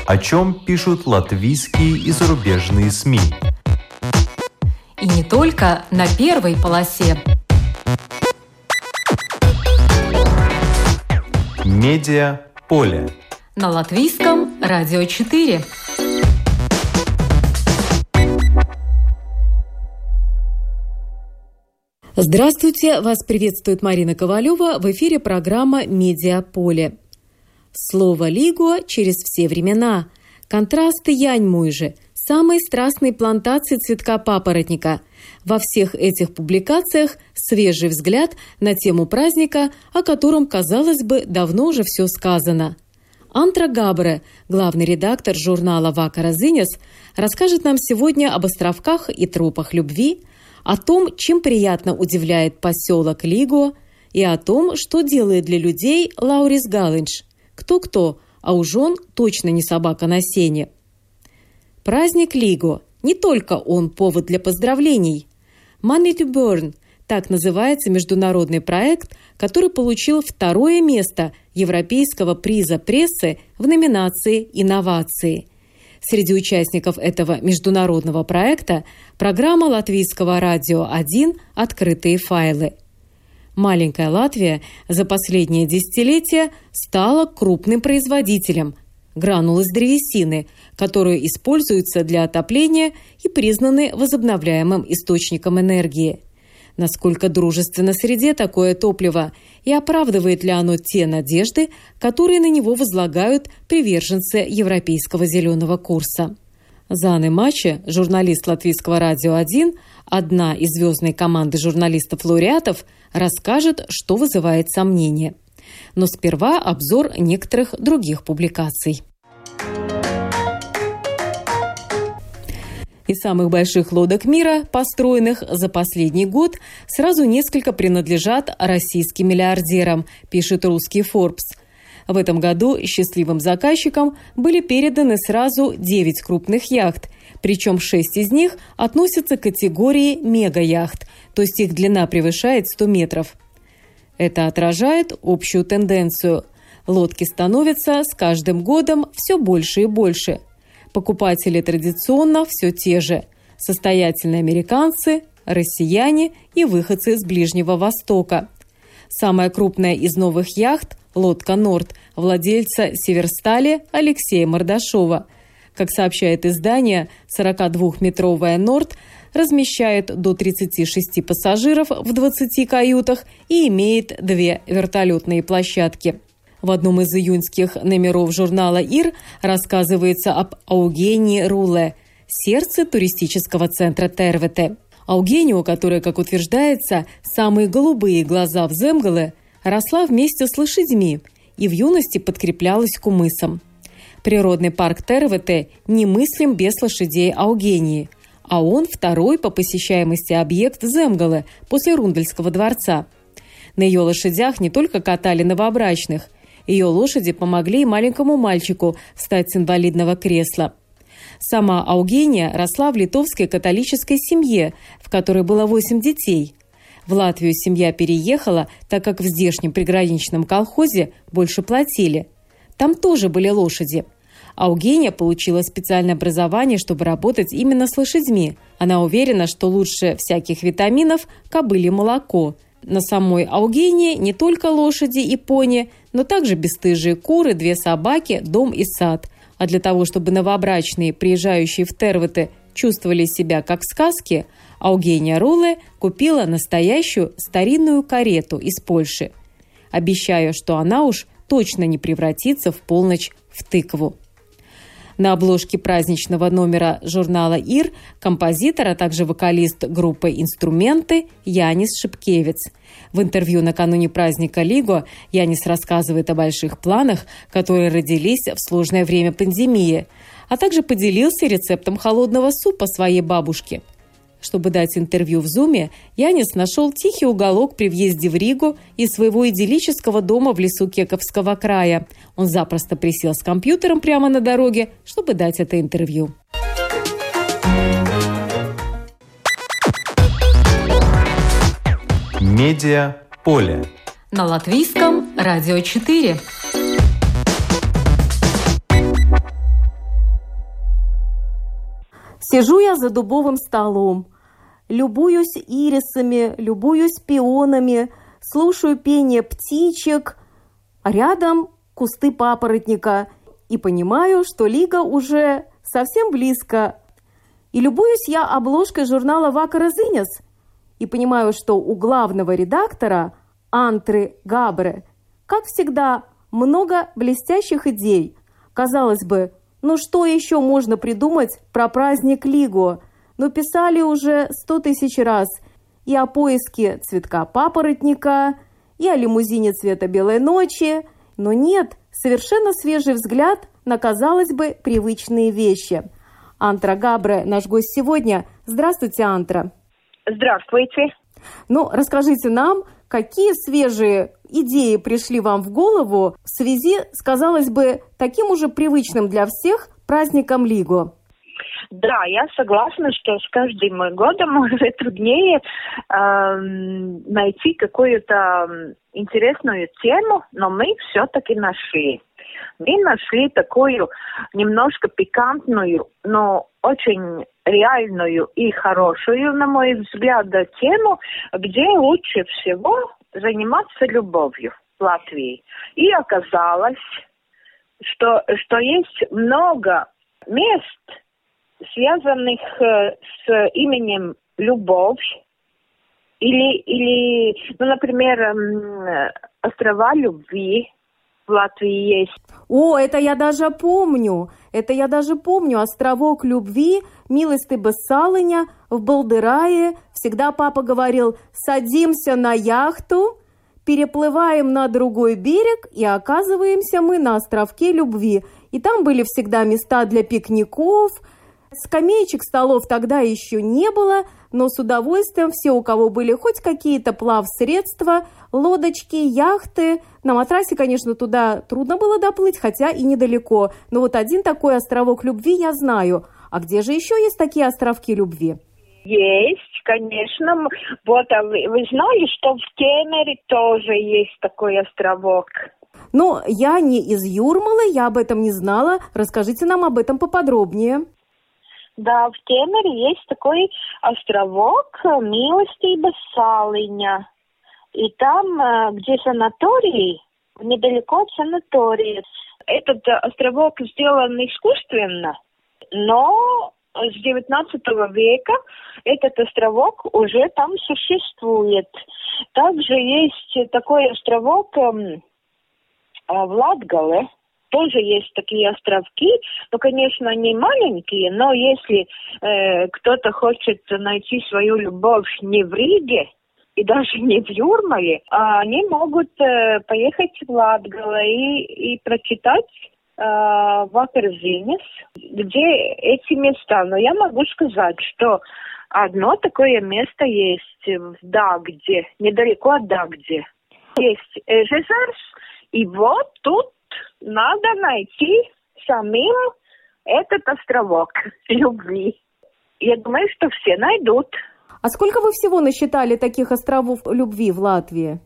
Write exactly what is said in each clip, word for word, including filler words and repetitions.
О чем пишут латвийские и зарубежные СМИ. И не только на первой полосе. Медиаполе. На Латвийском радио четыре. Здравствуйте! Вас приветствует Марина Ковалева. В эфире программа «Медиаполе». Слово «лигуа» через все времена. Контрасты Яньмуйжи, самой страстной плантации цветка папоротника. Во всех этих публикациях свежий взгляд на тему праздника, о котором, казалось бы, давно уже все сказано. Антра Габре, главный редактор журнала «Вакара Зинес», расскажет нам сегодня об островках и тропах любви, о том, чем приятно удивляет поселок Лигуа, и о том, что делает для людей Лаурис Галинш. Кто-кто, а уж он точно не собака на сене. Праздник Лигуа. Не только он повод для поздравлений. Money to Burn – так называется международный проект, который получил второе место Европейского приза прессы в номинации «Инновации». Среди участников этого международного проекта программа Латвийского радио один «Открытые файлы». Маленькая Латвия за последние десятилетия стала крупным производителем гранул из древесины, которые используются для отопления и признаны возобновляемым источником энергии. Насколько дружественно среде такое топливо и оправдывает ли оно те надежды, которые на него возлагают приверженцы европейского зеленого курса? Заны Маче, журналист Латвийского радио один, одна из звездной команды журналистов-лауреатов, расскажет, что вызывает сомнения. Но сперва обзор некоторых других публикаций. Из самых больших лодок мира, построенных за последний год, сразу несколько принадлежат российским миллиардерам, пишет русский Forbes. В этом году счастливым заказчикам были переданы сразу девять крупных яхт, причем шесть из них относятся к категории мега-яхт, то есть их длина превышает сто метров. Это отражает общую тенденцию. Лодки становятся с каждым годом все больше и больше. Покупатели традиционно все те же – состоятельные американцы, россияне и выходцы из Ближнего Востока. Самая крупная из новых яхт – лодка «Норд» владельца «Северстали» Алексея Мордашова. Как сообщает издание, сорокадвухметровая «Норд» размещает до тридцати шести пассажиров в двадцати каютах и имеет две вертолетные площадки. В одном из июньских номеров журнала «Ир» рассказывается об Аугении Руле, сердце туристического центра Тервете. Аугенио, которая, как утверждается, самые голубые глаза в Земгале, росла вместе с лошадьми и в юности подкреплялась кумысом. Природный парк Тервете немыслим без лошадей Аугении, а он второй по посещаемости объект Земгале после Рундельского дворца. На ее лошадях не только катали новобрачных, ее лошади помогли и маленькому мальчику встать с инвалидного кресла. Сама Аугения росла в литовской католической семье, в которой было восемь детей. В Латвию семья переехала, так как в здешнем приграничном колхозе больше платили. Там тоже были лошади. Аугения получила специальное образование, чтобы работать именно с лошадьми. Она уверена, что лучше всяких витаминов кобылье молоко. На самой Аугении не только лошади и пони, но также бесстыжие куры, две собаки, дом и сад. А для того, чтобы новобрачные, приезжающие в Тервете, чувствовали себя как в сказке, Аугения Руле купила настоящую старинную карету из Польши, обещая, что она уж точно не превратится в полночь в тыкву. На обложке праздничного номера журнала «Ир» композитор, а также вокалист группы «Инструменты» Янис Шипкевич. В интервью накануне праздника Лигуа Янис рассказывает о больших планах, которые родились в сложное время пандемии, а также поделился рецептом холодного супа своей бабушки. Чтобы дать интервью в Зуме, Янис нашел тихий уголок при въезде в Ригу из своего идиллического дома в лесу Кековского края. Он запросто присел с компьютером прямо на дороге, чтобы дать это интервью. Медиаполе. На Латвийском радио четыре. Сижу я за дубовым столом, любуюсь ирисами, любуюсь пионами, слушаю пение птичек, а рядом кусты папоротника, и понимаю, что Лига уже совсем близко. И любуюсь я обложкой журнала «Вакара Зинес», и понимаю, что у главного редактора Антры Габре, как всегда, много блестящих идей. Казалось бы, ну что еще можно придумать про праздник Лиго? Но писали уже сто тысяч раз и о поиске цветка папоротника, и о лимузине цвета белой ночи. Но нет, совершенно свежий взгляд на, казалось бы, привычные вещи. Антра Габре, наш гость сегодня. Здравствуйте, Антра. Здравствуйте. Ну, расскажите нам, какие свежие идеи пришли вам в голову в связи с, казалось бы, таким уже привычным для всех праздником Лиго? Да, я согласна, что с каждым годом уже труднее э, найти какую-то интересную тему, но мы все-таки нашли. Мы нашли такую немножко пикантную, но очень реальную и хорошую, на мой взгляд, тему, где лучше всего заниматься любовью в Латвии. И оказалось, что, что есть много мест, связанных с именем Любовь, или, или ну, например, острова любви в Латвии есть. О, это я даже помню. Это я даже помню. Островок любви, милостыба Салыня в Балдырае. Всегда папа говорил: садимся на яхту, переплываем на другой берег, и оказываемся мы на островке любви. И там были всегда места для пикников. Скамеечек, столов тогда еще не было, но с удовольствием все, у кого были хоть какие-то плавсредства, лодочки, яхты. На матрасе, конечно, туда трудно было доплыть, хотя и недалеко. Но вот один такой островок любви я знаю. А где же еще есть такие островки любви? Есть, конечно. Вот, а вы, вы знали, что в Кемере тоже есть такой островок? Ну, я не из Юрмалы, я об этом не знала. Расскажите нам об этом поподробнее. Да, в Кемере есть такой островок милостыба Салыня. И там, где санаторий, недалеко от санатория. Этот островок сделан искусственно, но с девятнадцатого века этот островок уже там существует. Также есть такой островок в Латгале. Тоже есть такие островки, ну, конечно, они маленькие, но если э, кто-то хочет найти свою любовь не в Риге и даже не в Юрмале, они могут э, поехать в Латгале и, и прочитать э, Вакара Зинес, где эти места. Но я могу сказать, что одно такое место есть в Дагде, недалеко от Дагде. Есть Эжезерс, и вот тут надо найти самим этот островок любви. Я думаю, что все найдут. А сколько вы всего насчитали таких островов любви в Латвии?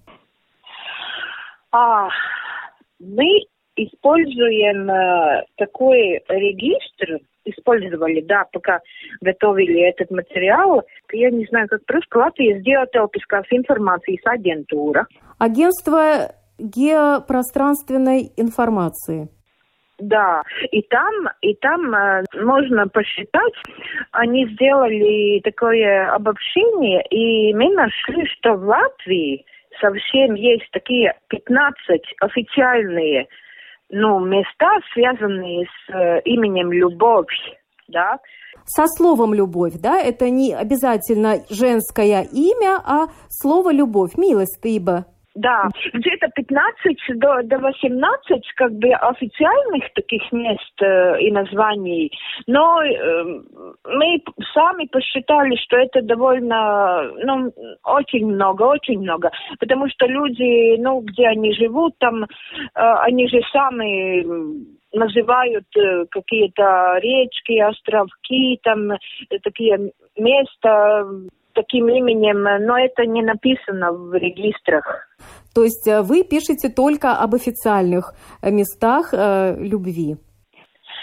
А, мы используем э, такой регистр, использовали, да, пока готовили этот материал. Я не знаю, как просто Латвия Геотелпискās информācijas агентūra. Агентство геопространственной информации. Да, и там, и там э, можно посчитать, они сделали такое обобщение, и мы нашли, что в Латвии совсем есть такие пятнадцать официальные, ну, места, связанные с э, именем Любовь, да. Со словом «любовь», да? Это не обязательно женское имя, а слово «любовь», милостыба. Да, где-то пятнадцать до, до восемнадцати как бы официальных таких мест э, и названий, но э, мы сами посчитали, что это довольно, ну, очень много, очень много, потому что люди, ну, где они живут, там, э, они же сами называют э, какие-то речки, островки, там, э, такие места таким именем, но это не написано в регистрах. То есть вы пишете только об официальных местах э, любви?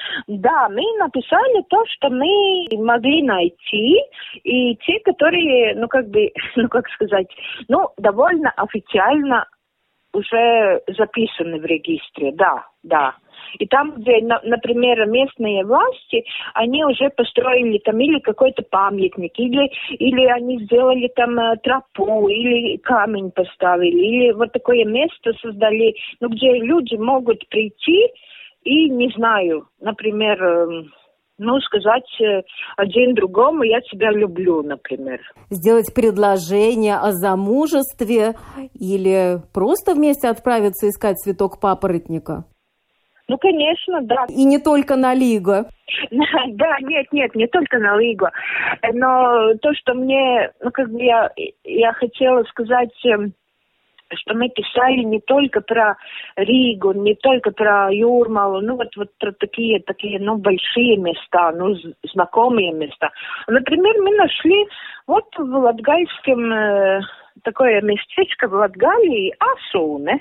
Да, мы написали то, что мы могли найти, и те, которые, ну, как бы, ну, как сказать, ну, довольно официально уже записаны в регистре, да, да. И там, где, например, местные власти, они уже построили там или какой-то памятник, или, или они сделали там тропу, или камень поставили, или вот такое место создали, ну, где люди могут прийти и, не знаю, например, ну, сказать один другому «я тебя люблю», например. Сделать предложение о замужестве или просто вместе отправиться искать цветок папоротника? Ну, конечно, да. И не только на Лиго. Да, нет, нет, не только на Лиго. Но то, что мне, ну, как бы я, я хотела сказать, что мы писали не только про Ригу, не только про Юрмалу, ну, вот, вот про такие, такие, ну, большие места, ну, знакомые места. Например, мы нашли вот в Латгальском э, такое местечко в Латгалии, Асуне.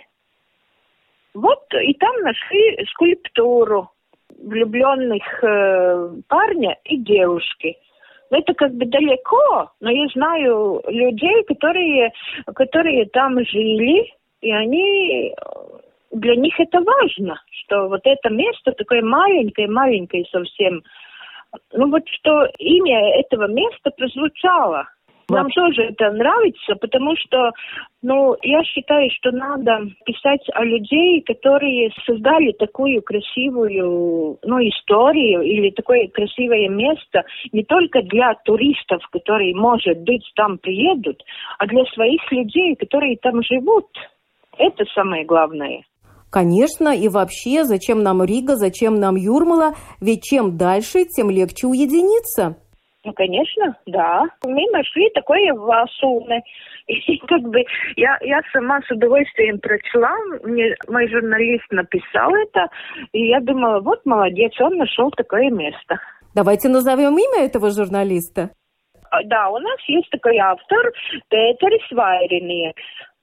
Вот, и там нашли скульптуру влюбленных э, парня и девушки. Это как бы далеко, но я знаю людей, которые, которые там жили, и они, для них это важно, что вот это место такое маленькое-маленькое совсем. Ну вот что имя этого места прозвучало. Нам тоже это нравится, потому что, ну, я считаю, что надо писать о людей, которые создали такую красивую, ну, историю или такое красивое место не только для туристов, которые, может быть, там приедут, а для своих людей, которые там живут. Это самое главное. Конечно, и вообще, зачем нам Рига, зачем нам Юрмала? Ведь чем дальше, тем легче уединиться. Ну, конечно, да. Мы нашли такое в Асуне. И как бы я, я сама с удовольствием прочла, мне мой журналист написал это, и я думала, вот молодец, он нашел такое место. Давайте назовем имя этого журналиста. Да, у нас есть такой автор Петерис Вайринекс.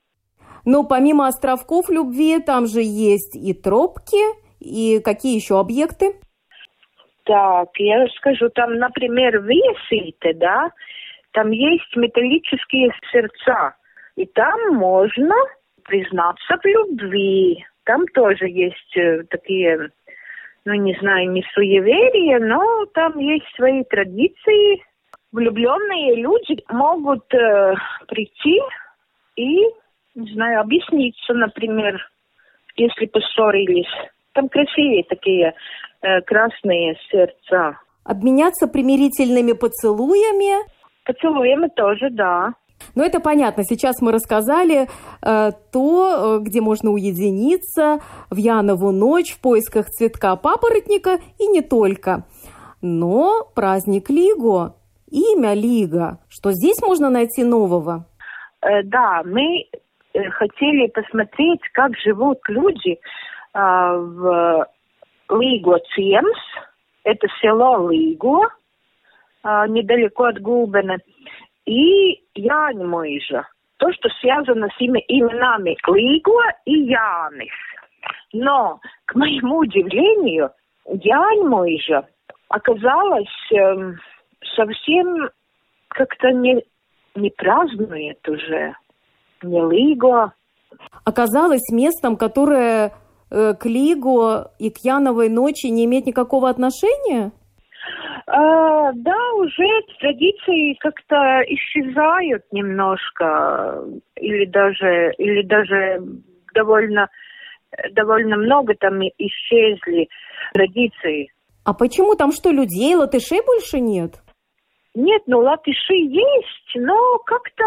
Но помимо островков любви, там же есть и тропки, и какие еще объекты? Так, я расскажу, там, например, в Иесите, да, там есть металлические сердца, и там можно признаться в любви. Там тоже есть э, такие, ну, не знаю, не суеверия, но там есть свои традиции. Влюбленные люди могут э, прийти и, не знаю, объясниться, например, если поссорились. Там красивые такие э, красные сердца. Обменяться примирительными поцелуями? Поцелуями тоже, да. Ну, это понятно. Сейчас мы рассказали э, то, где можно уединиться в Янову ночь в поисках цветка папоротника, и не только. Но праздник Лиго, имя Лига, что здесь можно найти нового? Э, да, мы э, хотели посмотреть, как живут люди в Лиго Цемс, это село Лиго, недалеко от Гулбена, и Jāņmuiža, то, что связано с именами Лиго и Янис. Но, к моему удивлению, Jāņmuiža оказалась э, совсем как-то не, не празднует уже, не Лиго. Оказалось местом, которое э, к Лиго и к Яновой ночи не имеет никакого отношения? А, да, уже традиции как-то исчезают немножко, или даже, или даже довольно, довольно много там исчезли традиции. А почему там что, людей, латышей больше нет? Нет, ну латыши есть, но как-то...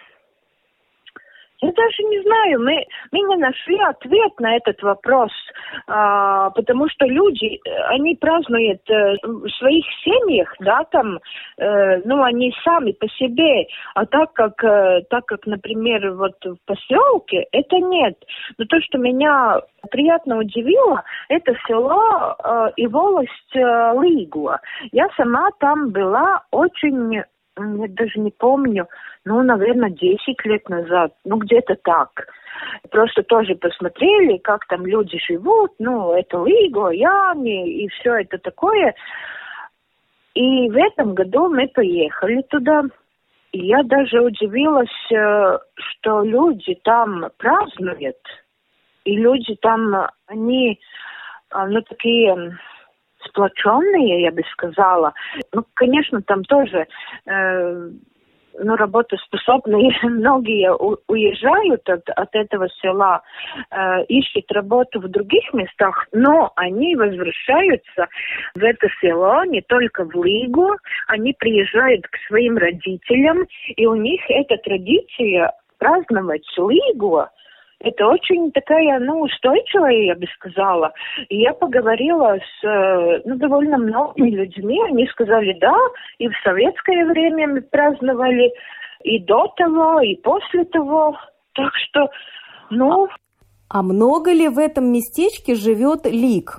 Я даже не знаю, мы, мы не нашли ответ на этот вопрос, а, потому что люди, они празднуют э, в своих семьях, да, там, э, ну, они сами по себе, а так как, э, так как, например, вот в поселке, это нет. Но то, что меня приятно удивило, это село э, и волость э, Лигуа. Я сама там была очень я даже не помню, ну, наверное, десять лет назад, ну, где-то так. Просто тоже посмотрели, как там люди живут, ну, это Лиго, Яни и все это такое. И в этом году мы поехали туда. И я даже удивилась, что люди там празднуют. И люди там, они, ну, такие сплоченные, я бы сказала. Ну, конечно, там тоже, э, ну, работоспособные многие у, уезжают от, от этого села, э, ищут работу в других местах, но они возвращаются в это село, не только в Лигу, они приезжают к своим родителям, и у них эта традиция праздновать Лигу. Это очень такая, ну, устойчивая, я бы сказала. И я поговорила с, ну, довольно многими людьми. Они сказали, да, и в советское время мы праздновали, и до того, и после того. Так что, ну... А много ли в этом местечке живет Лиг?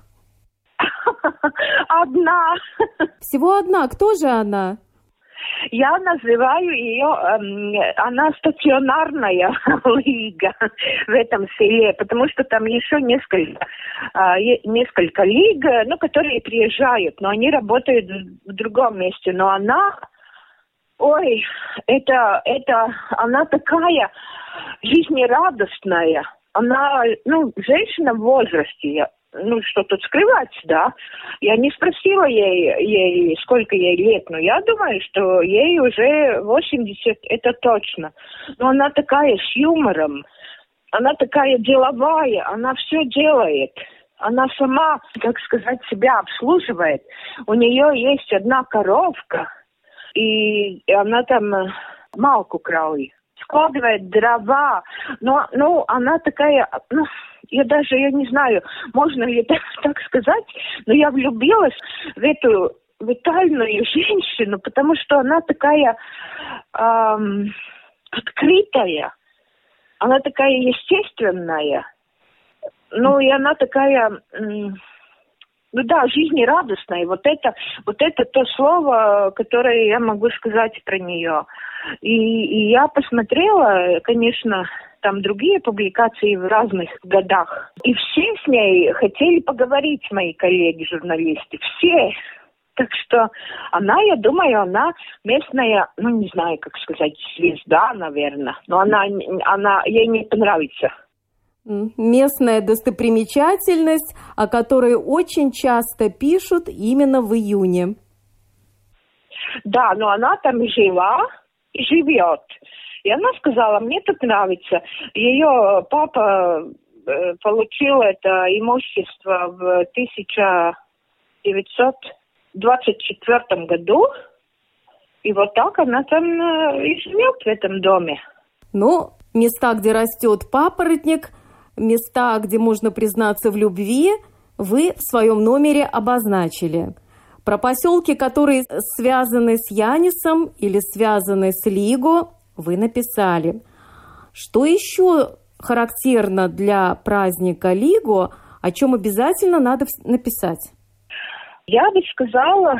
Одна. Всего одна. Кто же она? Я называю ее, эм, она стационарная лига в этом селе, потому что там еще несколько, э, несколько лиг, ну, которые приезжают, но они работают в другом месте. Но она, ой, это, это, она такая жизнерадостная. Она, ну, женщина в возрасте. Ну, что тут скрывать, да? Я не спросила ей, ей, сколько ей лет, но я думаю, что ей уже восемьдесят, это точно. Но она такая с юмором, она такая деловая, она все делает. Она сама, как сказать, себя обслуживает. У нее есть одна коровка, и она там малку кроит. Складывает дрова, но, ну, она такая, ну, я даже, я не знаю, можно ли так, так сказать, но я влюбилась в эту витальную женщину, потому что она такая эм, открытая, она такая естественная, ну, и она такая... М- Ну да, жизнерадостная. Вот это, вот это то слово, которое я могу сказать про нее. И, и я посмотрела, конечно, там другие публикации в разных годах. И все с ней хотели поговорить, мои коллеги-журналисты. Все. Так что она, я думаю, она местная, ну не знаю, как сказать, звезда, наверное. Но она, она ей не понравится. Местная достопримечательность, о которой очень часто пишут именно в июне. Да, но она там жила и живет. И она сказала, мне тут нравится. Ее папа э, получил это имущество в тысяча девятьсот двадцать четвёртом году. И вот так она там э, и живет в этом доме. Ну, места, где растет папоротник, места, где можно признаться в любви, вы в своем номере обозначили. Про поселки, которые связаны с Янисом или связаны с Лиго, вы написали. Что еще характерно для праздника Лиго, о чем обязательно надо написать? Я бы сказала,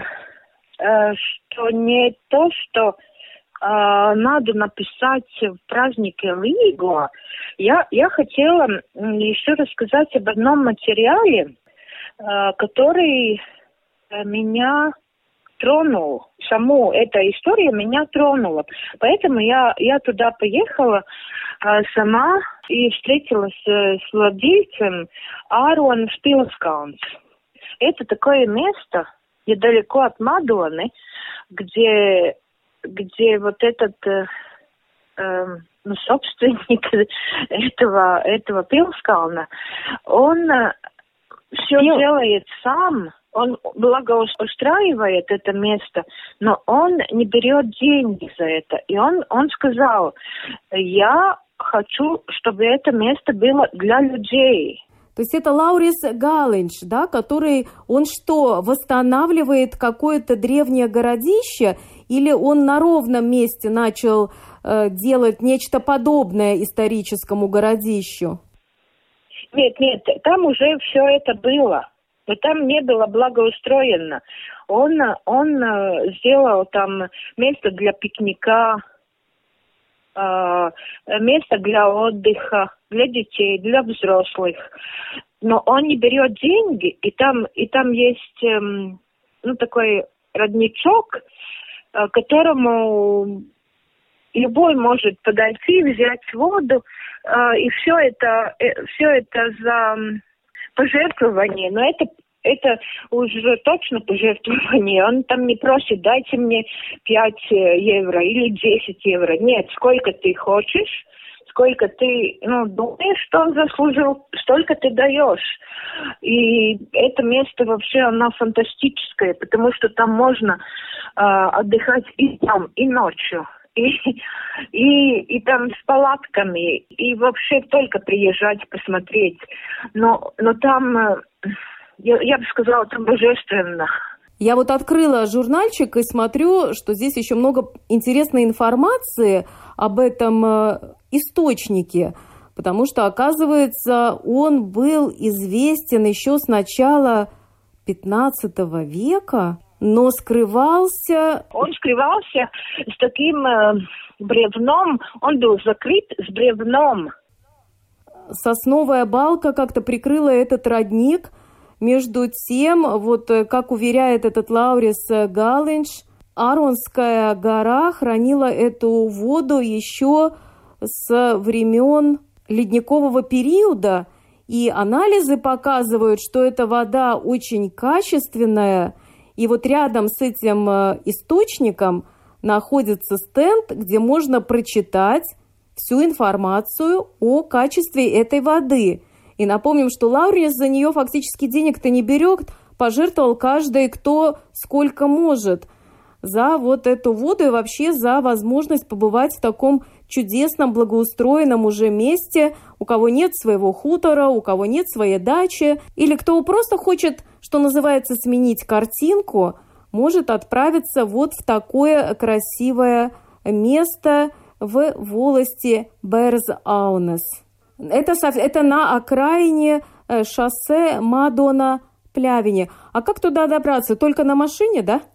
что не то, что надо написать в празднике Лиго. Я, я хотела еще рассказать об одном материале, который меня тронул. Саму эта история меня тронула. Поэтому я, я туда поехала сама и встретилась с владельцем Аароном Спилскаунс. Это такое место недалеко от Мадоны, где где вот этот э, э, ну, собственник этого, этого Пилскауна, он э, все ну, делает сам, он благоустраивает это место, но он не берет деньги за это. И он, он сказал, я хочу, чтобы это место было для людей. То есть это Лаурис Галинш, да, который, он что, восстанавливает какое-то древнее городище, или он на ровном месте начал э, делать нечто подобное историческому городищу? Нет, нет, там уже все это было. но там не было благоустроено. Он, он сделал там место для пикника, место для отдыха, для детей, для взрослых. Но он не берет деньги, и там, и там есть ну, такой родничок, которому любой может подойти, взять воду, и все это, все это за пожертвование. Но это Это уже точно пожертвование. Он там не просит, дайте мне пять евро или десять евро. Нет, сколько ты хочешь, сколько ты ну, думаешь, что он заслужил, столько ты даешь. И это место вообще, оно фантастическое, потому что там можно э, отдыхать и днем, и ночью. И, и, и там с палатками, и вообще только приезжать, посмотреть. Но, но там... Э, Я, я бы сказала, это божественно. Я вот открыла журнальчик и смотрю, что здесь еще много интересной информации об этом источнике, потому что, оказывается, он был известен еще с начала пятнадцатого века, но скрывался... Он скрывался с таким э, бревном, он был закрыт с бревном. Сосновая балка как-то прикрыла этот родник. Между тем, вот как уверяет этот Лаурис Галинш, Аронская гора хранила эту воду еще с времен ледникового периода, и анализы показывают, что эта вода очень качественная, и вот рядом с этим источником находится стенд, где можно прочитать всю информацию о качестве этой воды. И напомним, что Лаурис за нее фактически денег-то не берет, пожертвовал каждый, кто сколько может, за вот эту воду и вообще за возможность побывать в таком чудесном, благоустроенном уже месте, у кого нет своего хутора, у кого нет своей дачи, или кто просто хочет, что называется, сменить картинку, может отправиться вот в такое красивое место в волости Берз-Аунес. Это, это на окраине шоссе Мадона-Плявине. А как туда добраться? Только на машине, да?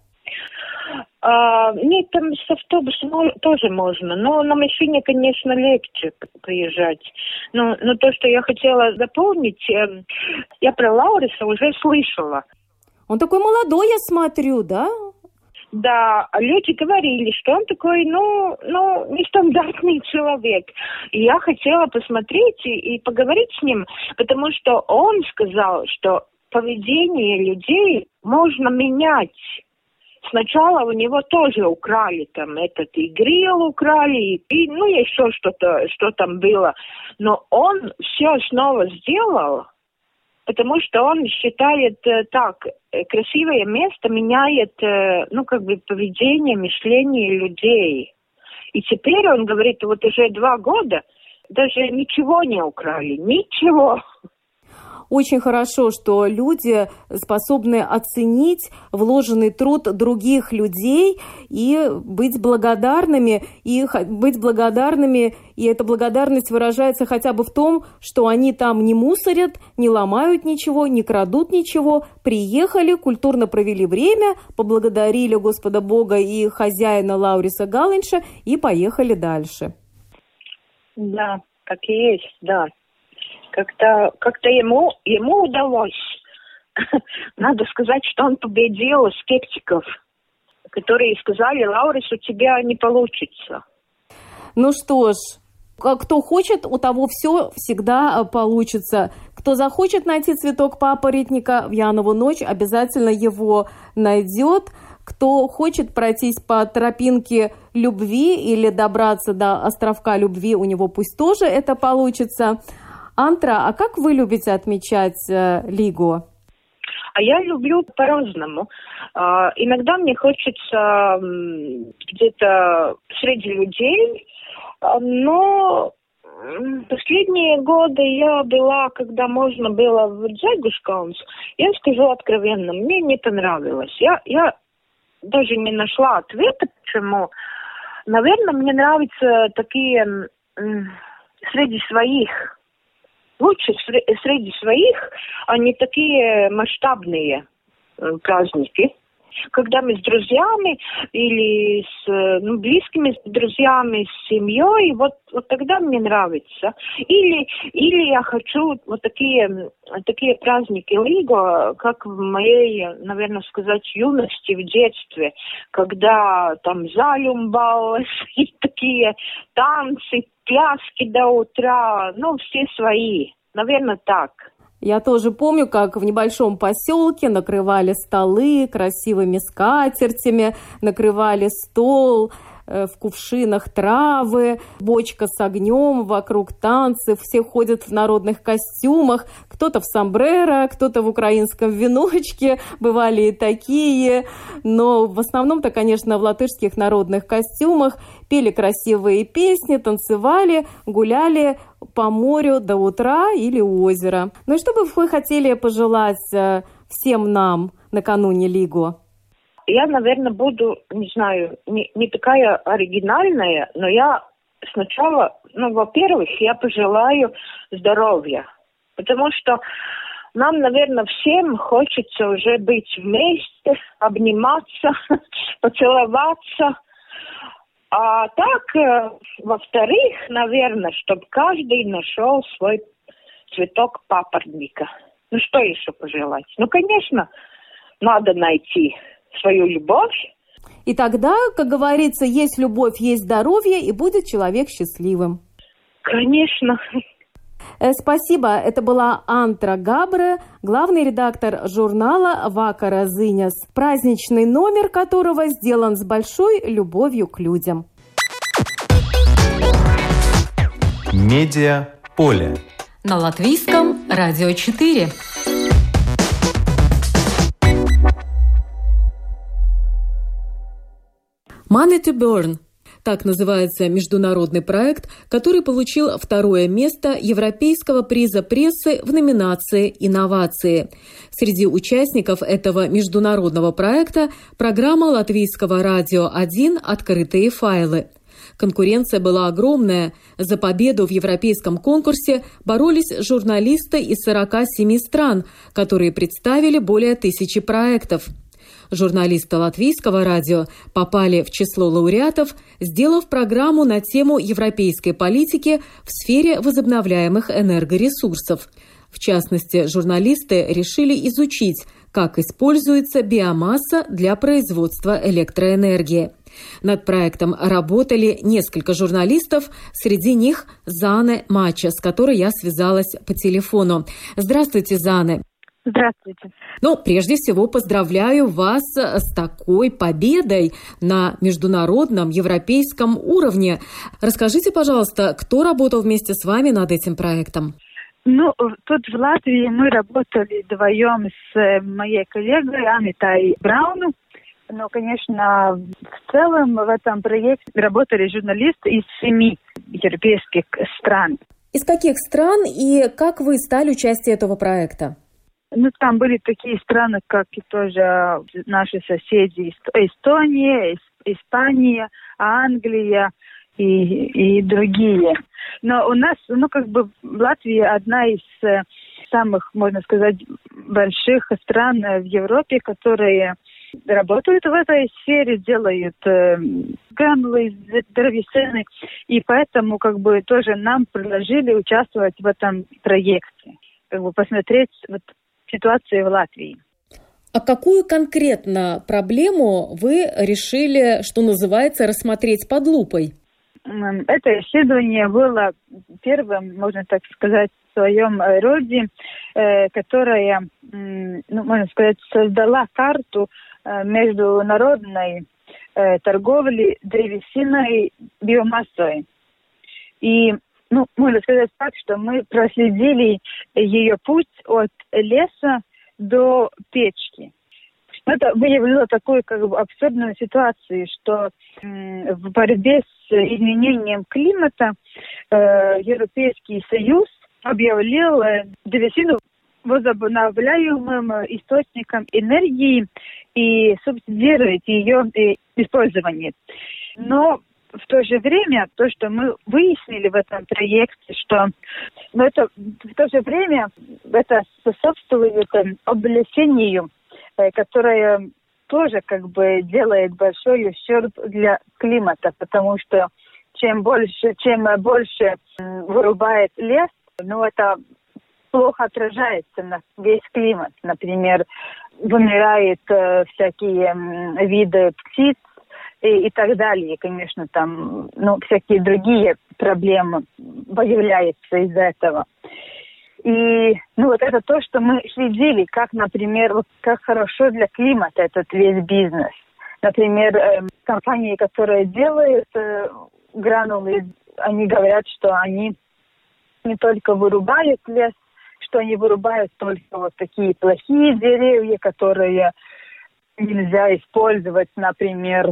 А, нет, там с автобусом тоже можно. Но на машине, конечно, легче приезжать. Но, но то, что я хотела дополнить, я про Лауриса уже слышала. Он такой молодой, я смотрю, да? Да, люди говорили, что он такой, ну, ну, нестандартный человек. И я хотела посмотреть и, и поговорить с ним, потому что он сказал, что поведение людей можно менять. Сначала у него тоже украли там этот и гриль украли, и, ну, еще что-то, что там было. Но он все снова сделал, потому что он считает э, так, красивое место меняет, э, ну, как бы, поведение, мышление людей. И теперь он говорит, вот уже два года даже ничего не украли, ничего. Очень хорошо, что люди способны оценить вложенный труд других людей и быть благодарными, и быть благодарными, и эта благодарность выражается хотя бы в том, что они там не мусорят, не ломают ничего, не крадут ничего, приехали, культурно провели время, поблагодарили Господа Бога и хозяина Лауриса Галинша и поехали дальше. Да, так и есть, да. Как-то, как-то ему, ему удалось. Надо сказать, что он победил скептиков, которые сказали, Лаурис, у тебя не получится. Ну что ж, кто хочет, у того все всегда получится. Кто захочет найти цветок папоротника в Янову ночь, обязательно его найдет. Кто хочет пройтись по тропинке любви или добраться до островка любви, у него пусть тоже это получится. Антра, а как вы любите отмечать э, Лигу? А я люблю по-разному. А, иногда мне хочется м, где-то среди людей, а, но последние годы я была, когда можно было в Дзегушкаунс, я скажу откровенно, мне не понравилось. Я, я даже не нашла ответа, почему. Наверное, мне нравятся такие м, среди своих. лучше среди своих, а не такие масштабные праздники. Когда мы с друзьями или с ну, близкими друзьями, с семьей, вот, вот тогда мне нравится. Или, или я хочу вот такие, такие праздники Лиго, как в моей, наверное, сказать, юности, в детстве, когда там залюмбалось, и такие танцы, пляски до утра, ну, все свои. Наверное, так. Я тоже помню, как в небольшом поселке накрывали столы красивыми скатертями, накрывали стол, э, в кувшинах травы, бочка с огнем, вокруг танцы, все ходят в народных костюмах, кто-то в сомбреро, кто-то в украинском веночке, бывали и такие, но в основном-то, конечно, в латышских народных костюмах, пели красивые песни, танцевали, гуляли по морю до утра или у озера. Ну и что бы вы хотели пожелать всем нам накануне Лиго? Я, наверное, буду, не знаю, не, не такая оригинальная, но я сначала, ну, во-первых, я пожелаю здоровья, потому что нам, наверное, всем хочется уже быть вместе, обниматься, поцеловаться. А так, во-вторых, наверное, чтобы каждый нашел свой цветок папоротника. Ну, что еще пожелать? Ну, конечно, надо найти свою любовь. И тогда, как говорится, есть любовь, есть здоровье, и будет человек счастливым. Конечно. Спасибо. Это была Антра Габре, главный редактор журнала «Вакара Зиняс», праздничный номер которого сделан с большой любовью к людям. Медиа поле. На латвийском радио четыре. Money to Burn. Так называется международный проект, который получил второе место Европейского приза прессы в номинации «Инновации». Среди участников этого международного проекта программа Латвийского радио один «Открытые файлы». Конкуренция была огромная. За победу в европейском конкурсе боролись журналисты из сорока семи стран, которые представили более тысячи проектов. Журналисты Латвийского радио попали в число лауреатов, сделав программу на тему европейской политики в сфере возобновляемых энергоресурсов. В частности, журналисты решили изучить, как используется биомасса для производства электроэнергии. Над проектом работали несколько журналистов, среди них Зане Мача, с которой я связалась по телефону. Здравствуйте, Зане. Здравствуйте. Ну, прежде всего, поздравляю вас с такой победой на международном европейском уровне. Расскажите, пожалуйста, кто работал вместе с вами над этим проектом? Ну, тут в Латвии мы работали вдвоем с моей коллегой Анитой Брауну. Но, конечно, в целом в этом проекте работали журналисты из семи европейских стран. Из каких стран и как вы стали участием этого проекта? Ну, там были такие страны, как и тоже наши соседи Эстония, Испания, Англия и, и другие. Но у нас, ну, как бы Латвия одна из самых, можно сказать, больших стран в Европе, которые работают в этой сфере, делают э, гранулы, древесины, и поэтому как бы тоже нам предложили участвовать в этом проекте, как бы посмотреть вот ситуацию в Латвии. А какую конкретно проблему вы решили, что называется, рассмотреть под лупой? Это исследование было первым, можно так сказать, в своем роде, э, которое, э, ну, можно сказать, создала карту э, международной э, торговли древесиной биомассой. И, ну, можно сказать так, что мы проследили ее путь от леса до печки. Это выявило такую как бы абсурдную ситуацию, что э, в борьбе с изменением климата э, Европейский Союз объявил э, древесину возобновляемым источником энергии и субсидирует ее э, использование. Но в то же время, то, что мы выяснили в этом проекте, что ну, это, в то же время это способствует облесению, которое тоже как бы делает большой ущерб для климата, потому что чем больше, чем больше вырубает лес, ну это плохо отражается на весь климат. Например, вымирают э, всякие э, виды птиц и, и так далее. И, конечно, там ну, всякие другие проблемы появляются из-за этого. И ну, вот это то, что мы следили, как, например, вот, как хорошо для климата этот весь бизнес. Например, э, компании, которые делают э, гранулы, они говорят, что они не только вырубают лес, что они вырубают только вот такие плохие деревья, которые нельзя использовать, например,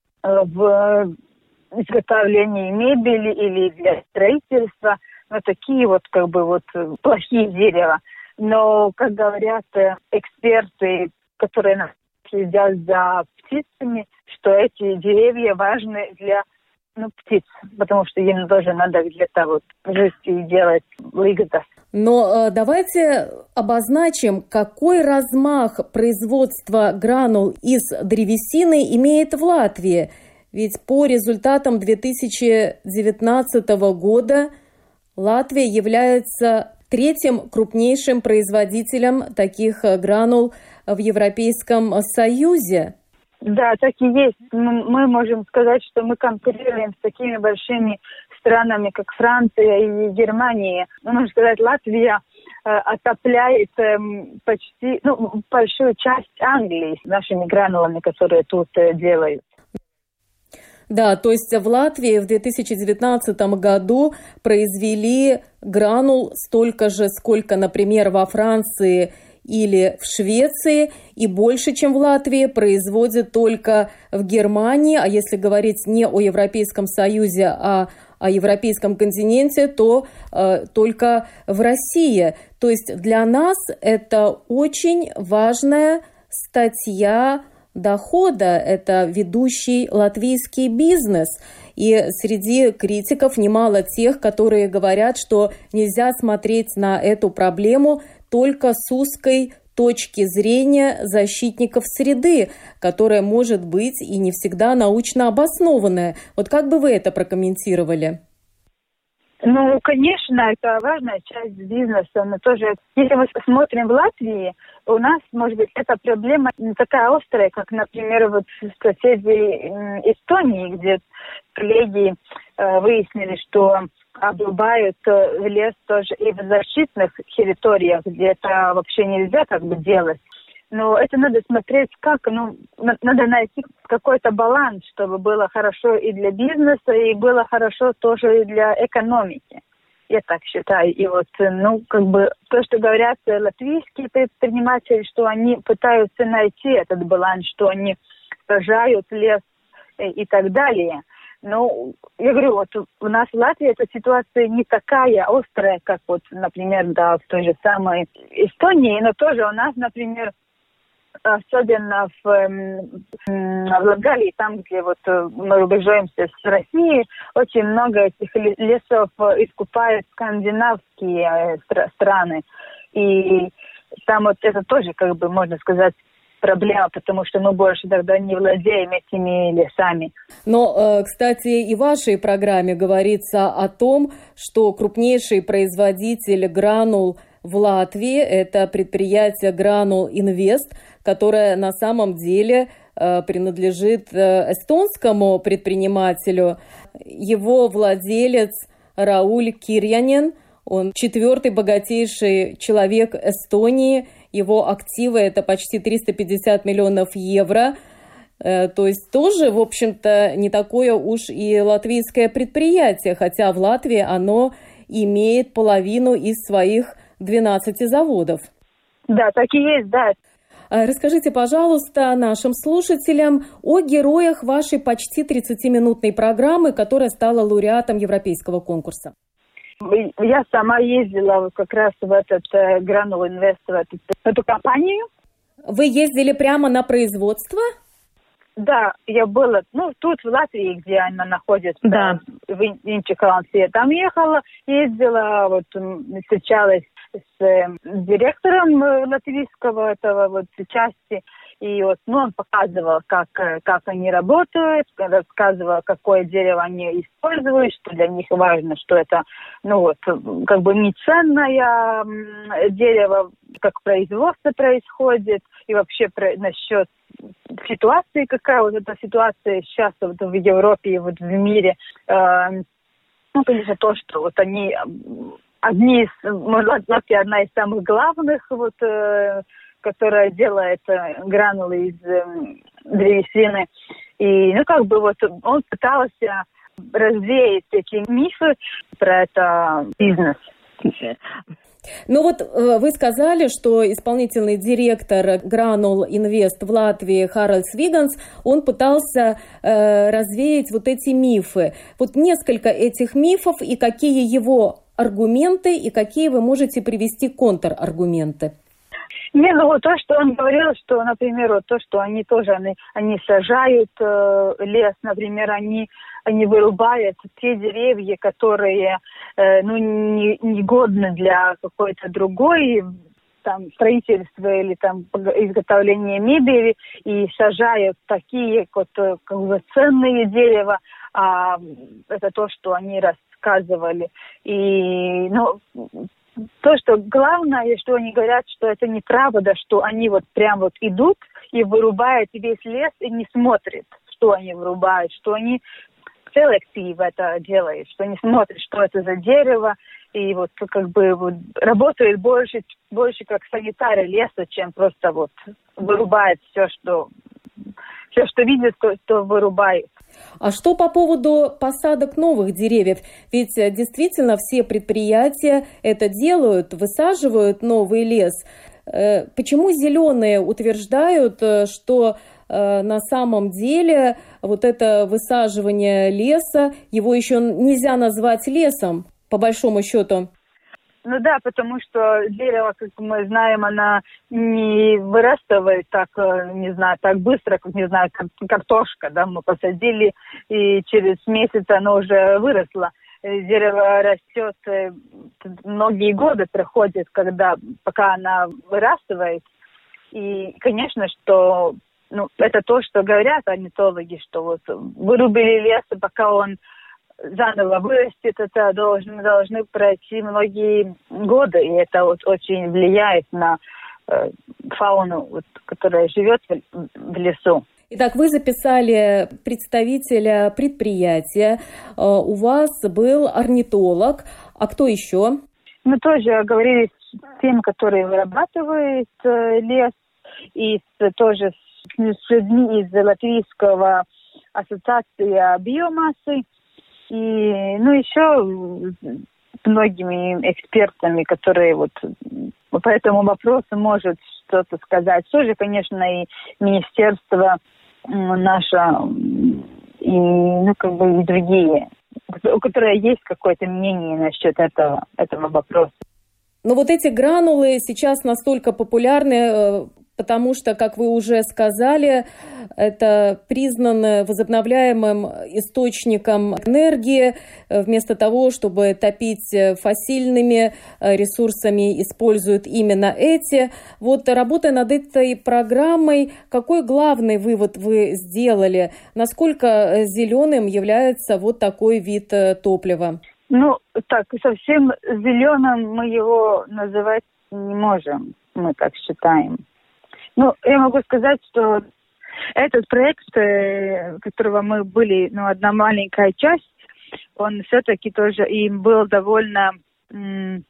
в изготовлении мебели или для строительства. Но такие вот как бы вот плохие дерева. Но, как говорят эксперты, которые следят за птицами, что эти деревья важны для ну, птиц, потому что им тоже надо где-то вот жить и делать выгоду. Но э, давайте обозначим, какой размах производства гранул из древесины имеет в Латвии. Ведь по результатам две тысячи девятнадцатого года Латвия является третьим крупнейшим производителем таких гранул в Европейском Союзе. Да, так и есть. Мы можем сказать, что мы конкурируем с такими большими странами, как Франция и Германия. Можно сказать, Латвия э, отопляет э, почти ну, большую часть Англии с нашими гранулами, которые тут э, делают. Да, то есть в Латвии в две тысячи девятнадцатом году произвели гранул столько же, сколько, например, во Франции или в Швеции, и больше, чем в Латвии, производят только в Германии. А если говорить не о Европейском Союзе, а о европейском континенте, то э, только в России. То есть для нас это очень важная статья дохода, это ведущий латвийский бизнес. И среди критиков немало тех, которые говорят, что нельзя смотреть на эту проблему только с узкой точки зрения защитников среды, которая может быть и не всегда научно обоснованная. Вот как бы вы это прокомментировали? Ну, конечно, это важная часть бизнеса, но тоже, если мы смотрим в Латвии, у нас, может быть, эта проблема не такая острая, как, например, вот в соседней Эстонии, где коллеги э, выяснили, что обрубают лес тоже и в защитных территориях, где это вообще нельзя как бы делать. Но это надо смотреть как, ну, надо найти какой-то баланс, чтобы было хорошо и для бизнеса, и было хорошо тоже и для экономики. Я так считаю. И вот, ну, как бы, то, что говорят латвийские предприниматели, что они пытаются найти этот баланс, что они сажают лес и так далее. Ну, я говорю, вот у нас в Латвии эта ситуация не такая острая, как вот, например, да, в той же самой Эстонии, но тоже у нас, например, особенно в, в Латгалии, там, где вот мы рубежуемся с Россией, очень много этих лесов искупают скандинавские страны. И там вот это тоже, как бы, можно сказать, проблема, потому что мы больше тогда не владеем этими лесами. Но, кстати, и в вашей программе говорится о том, что крупнейший производитель гранул в Латвии – это предприятие Granul Invest, которое на самом деле э, принадлежит э, эстонскому предпринимателю. Его владелец Рауль Кирьянен, он четвертый богатейший человек Эстонии. Его активы – это почти триста пятьдесят миллионов евро. Э, то есть тоже, в общем-то, не такое уж и латвийское предприятие, хотя в Латвии оно имеет половину из своих двенадцати заводов. Да, так и есть, да. Расскажите, пожалуйста, нашим слушателям о героях вашей почти тридцатиминутной программы, которая стала лауреатом европейского конкурса. Я сама ездила как раз в этот Granul Invest, в эту, в эту компанию. Вы ездили прямо на производство? Да, я была, ну, тут, в Латвии, где она находится, да. в Инчикалансе. Там ехала, ездила, вот, встречалась с э, директором латвийского этого вот части. И вот, ну, он показывал, как, как они работают, рассказывал, какое дерево они используют, что для них важно, что это, ну, вот, как бы не ценное дерево, как производство происходит, и вообще про, насчет ситуации, какая вот эта ситуация сейчас вот в Европе и вот в мире. Э, ну, конечно, то, что вот они одни из, Латвия одна из самых главных, вот, э, которая делает э, гранулы из э, древесины. И, ну, как бы вот он пытался развеять эти мифы про это бизнес. Ну вот вы сказали, что исполнительный директор Granul Invest в Латвии Харальд Свиганс, он пытался э, развеять вот эти мифы. Вот несколько этих мифов и какие его аргументы и какие вы можете привести контраргументы? Не, ну вот то, что он говорил, что, например, вот то, что они тоже, они, они сажают э, лес, например, они, они вырубают те деревья, которые, э, ну, не, не годны для какой-то другой, там, строительства или там изготовления мебели, и сажают такие вот, как бы, ценные дерева, а это то, что они рассказывали. И, ну, то, что главное, что они говорят, что это неправда, что они вот прям вот идут и вырубают весь лес и не смотрят, что они вырубают, что они селектив это делают, что они смотрят, что это за дерево, и вот как бы вот, работают больше, больше как санитары леса, чем просто вот вырубают все, что все, что видят, то, то вырубают. А что по поводу посадок новых деревьев? Ведь действительно все предприятия это делают, высаживают новый лес. Почему зеленые утверждают, что на самом деле вот это высаживание леса, его еще нельзя назвать лесом, по большому счету? Ну да, потому что дерево, как мы знаем, оно не вырастает так, не знаю, так быстро, как, не знаю, как картошка, да, мы посадили, и через месяц оно уже выросло. Дерево растет, многие годы проходят, когда, пока она вырастает. И, конечно, что, ну, это то, что говорят орнитологи, что вот вырубили лес, пока он заново вырастет, это должны, должны пройти многие годы, и это вот очень влияет на э, фауну, вот, которая живет в, в лесу. Итак, вы записали представителя предприятия, э, у вас был орнитолог, а кто еще? Мы тоже говорили с тем, который вырабатывает э, лес, и с, тоже с, с людьми из Латвийского ассоциации биомассы. И, ну, еще многими экспертами, которые вот по этому вопросу может что-то сказать. Тоже, конечно, и министерство наше, и, ну, как бы и другие, у которых есть какое-то мнение насчет этого, этого вопроса. Но вот эти гранулы сейчас настолько популярны, потому что, как вы уже сказали, это признано возобновляемым источником энергии. Вместо того, чтобы топить фосильными ресурсами, используют именно эти. Вот, работая над этой программой, какой главный вывод вы сделали? Насколько зеленым является вот такой вид топлива? Ну, так, совсем зеленым мы его называть не можем, мы так считаем. Ну, я могу сказать, что этот проект, которого мы были, ну, одна маленькая часть, он все-таки тоже им был довольно, м-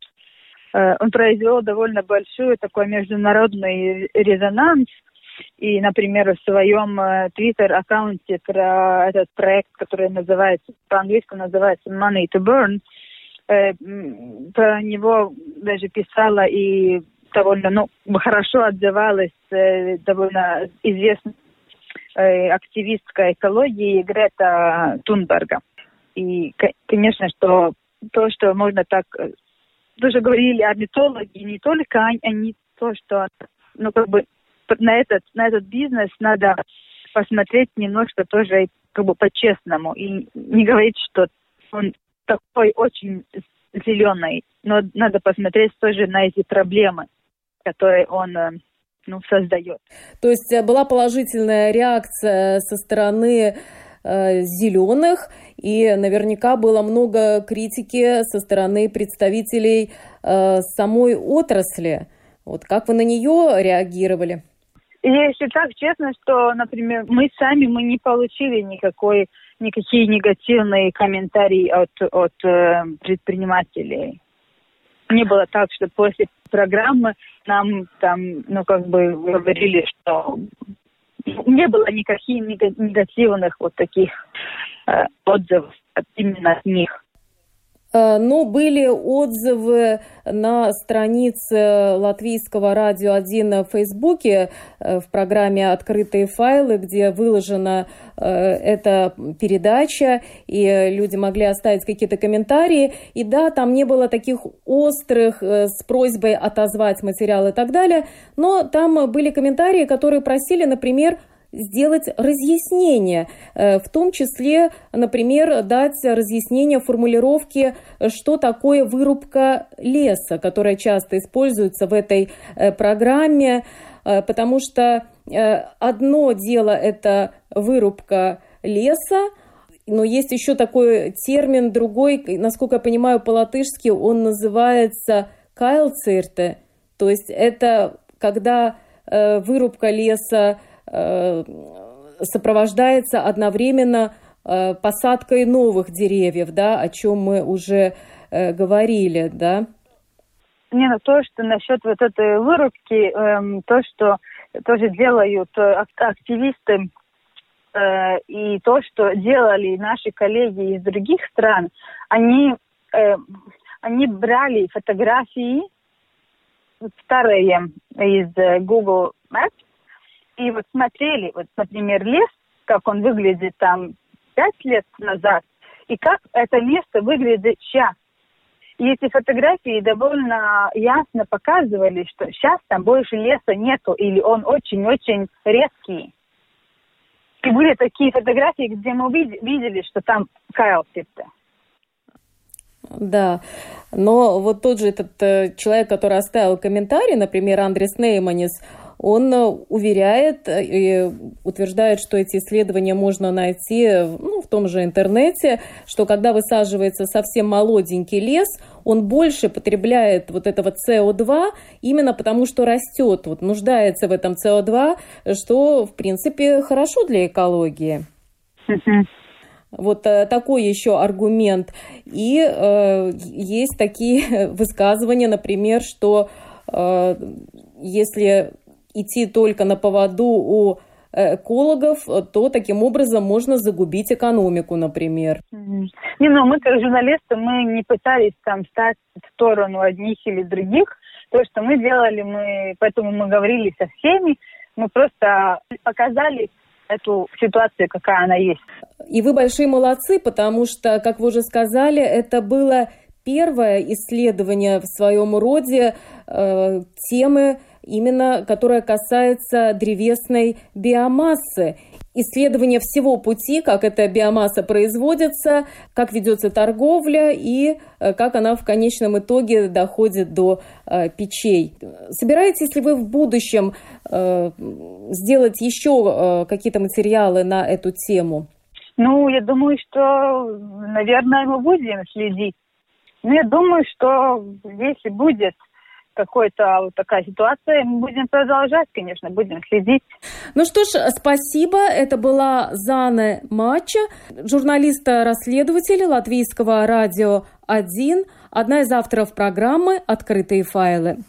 э, он произвел довольно большой такой международный резонанс. И, например, в своем твиттер-аккаунте про этот проект, который называется, по-английски называется Money to Burn, э, про него даже писала и довольно, ну, хорошо отзывалась э, довольно известная э, активистка экологии Грета Тунберга. И, конечно, что то, что можно так, тоже говорили орнитологи, не только они, то, что, ну, как бы на этот, на этот бизнес надо посмотреть немножко тоже как бы по-честному и не говорить, что он такой очень зеленый, но надо посмотреть тоже на эти проблемы, которые он ну, создает. То есть была положительная реакция со стороны э, зеленых, и наверняка было много критики со стороны представителей э, самой отрасли. Вот как вы на нее реагировали? Я еще так честно, что, например, мы сами мы не получили никакой, никакие негативные комментарии от, от э, предпринимателей. Не было так, что после программы нам там, ну, как бы говорили, что не было никаких негативных вот таких э, отзывов от, именно от них. Но были отзывы на странице Латвийского радио один в Фейсбуке в программе «Открытые файлы», где выложена эта передача, и люди могли оставить какие-то комментарии. И да, там не было таких острых с просьбой отозвать материал и так далее, но там были комментарии, которые просили, например, сделать разъяснение, в том числе, например, дать разъяснение формулировки, что такое вырубка леса, которая часто используется в этой программе, потому что одно дело – это вырубка леса, но есть еще такой термин другой, насколько я понимаю, по-латышски он называется «кайлцирте», то есть это когда вырубка леса сопровождается одновременно посадкой новых деревьев, да, о чем мы уже говорили, да? Не, ну то, что насчет вот этой вырубки, эм, то, что тоже делают активисты, э, и то, что делали наши коллеги из других стран, они, э, они брали фотографии старые из Google Maps, и вот смотрели, вот, например, лес, как он выглядит там пять лет назад, и как это место выглядит сейчас. И эти фотографии довольно ясно показывали, что сейчас там больше леса нету, или он очень-очень редкий. И были такие фотографии, где мы видели, что там кайлцирте. Да, но вот тот же этот э, человек, который оставил комментарий, например, Андрис Нейманис, он уверяет и утверждает, что эти исследования можно найти ну, в том же интернете, что когда высаживается совсем молоденький лес, он больше потребляет вот этого си о два именно потому, что растет, вот, нуждается в этом си о два, что, в принципе, хорошо для экологии. Mm-hmm. Вот э, такой еще аргумент. И э, есть такие высказывания, например, что э, если идти только на поводу у экологов, то таким образом можно загубить экономику, например. Mm-hmm. Не, ну мы как журналисты, мы не пытались там стать в сторону одних или других. То, что мы делали, мы, поэтому мы говорили со всеми, мы просто показали эту ситуацию, какая она есть. И вы большие молодцы, потому что, как вы уже сказали, это было первое исследование в своем роде э, темы, именно которая касается древесной биомассы. Исследование всего пути, как эта биомасса производится, как ведется торговля и э, как она в конечном итоге доходит до э, печей. Собираетесь ли вы в будущем э, сделать еще э, какие-то материалы на эту тему? Ну, я думаю, что, наверное, мы будем следить. Но я думаю, что если будет какая-то вот такая ситуация, мы будем продолжать, конечно, будем следить. Ну что ж, спасибо. Это была Зана Мача, журналист-расследователь Латвийского радио один, одна из авторов программы «Открытые файлы».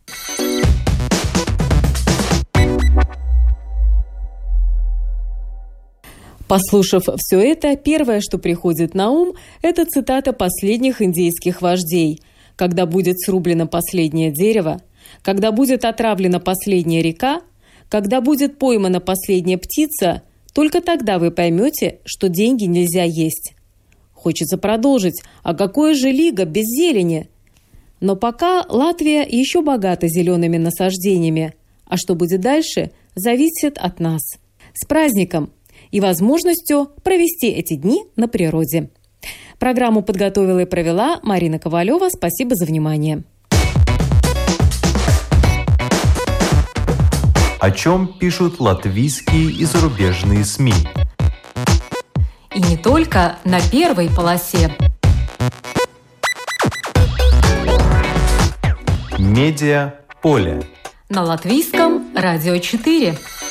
Послушав все это, первое, что приходит на ум, это цитата последних индейских вождей. «Когда будет срублено последнее дерево, когда будет отравлена последняя река, когда будет поймана последняя птица, только тогда вы поймете, что деньги нельзя есть». Хочется продолжить. А какое же лига без зелени? Но пока Латвия еще богата зелеными насаждениями. А что будет дальше, зависит от нас. с праздником и возможностью провести эти дни на природе. Программу подготовила и провела Марина Ковалева. Спасибо за внимание. О чем пишут латвийские и зарубежные СМИ? И не только на первой полосе. Медиа поле. На Латвийском радио четыре.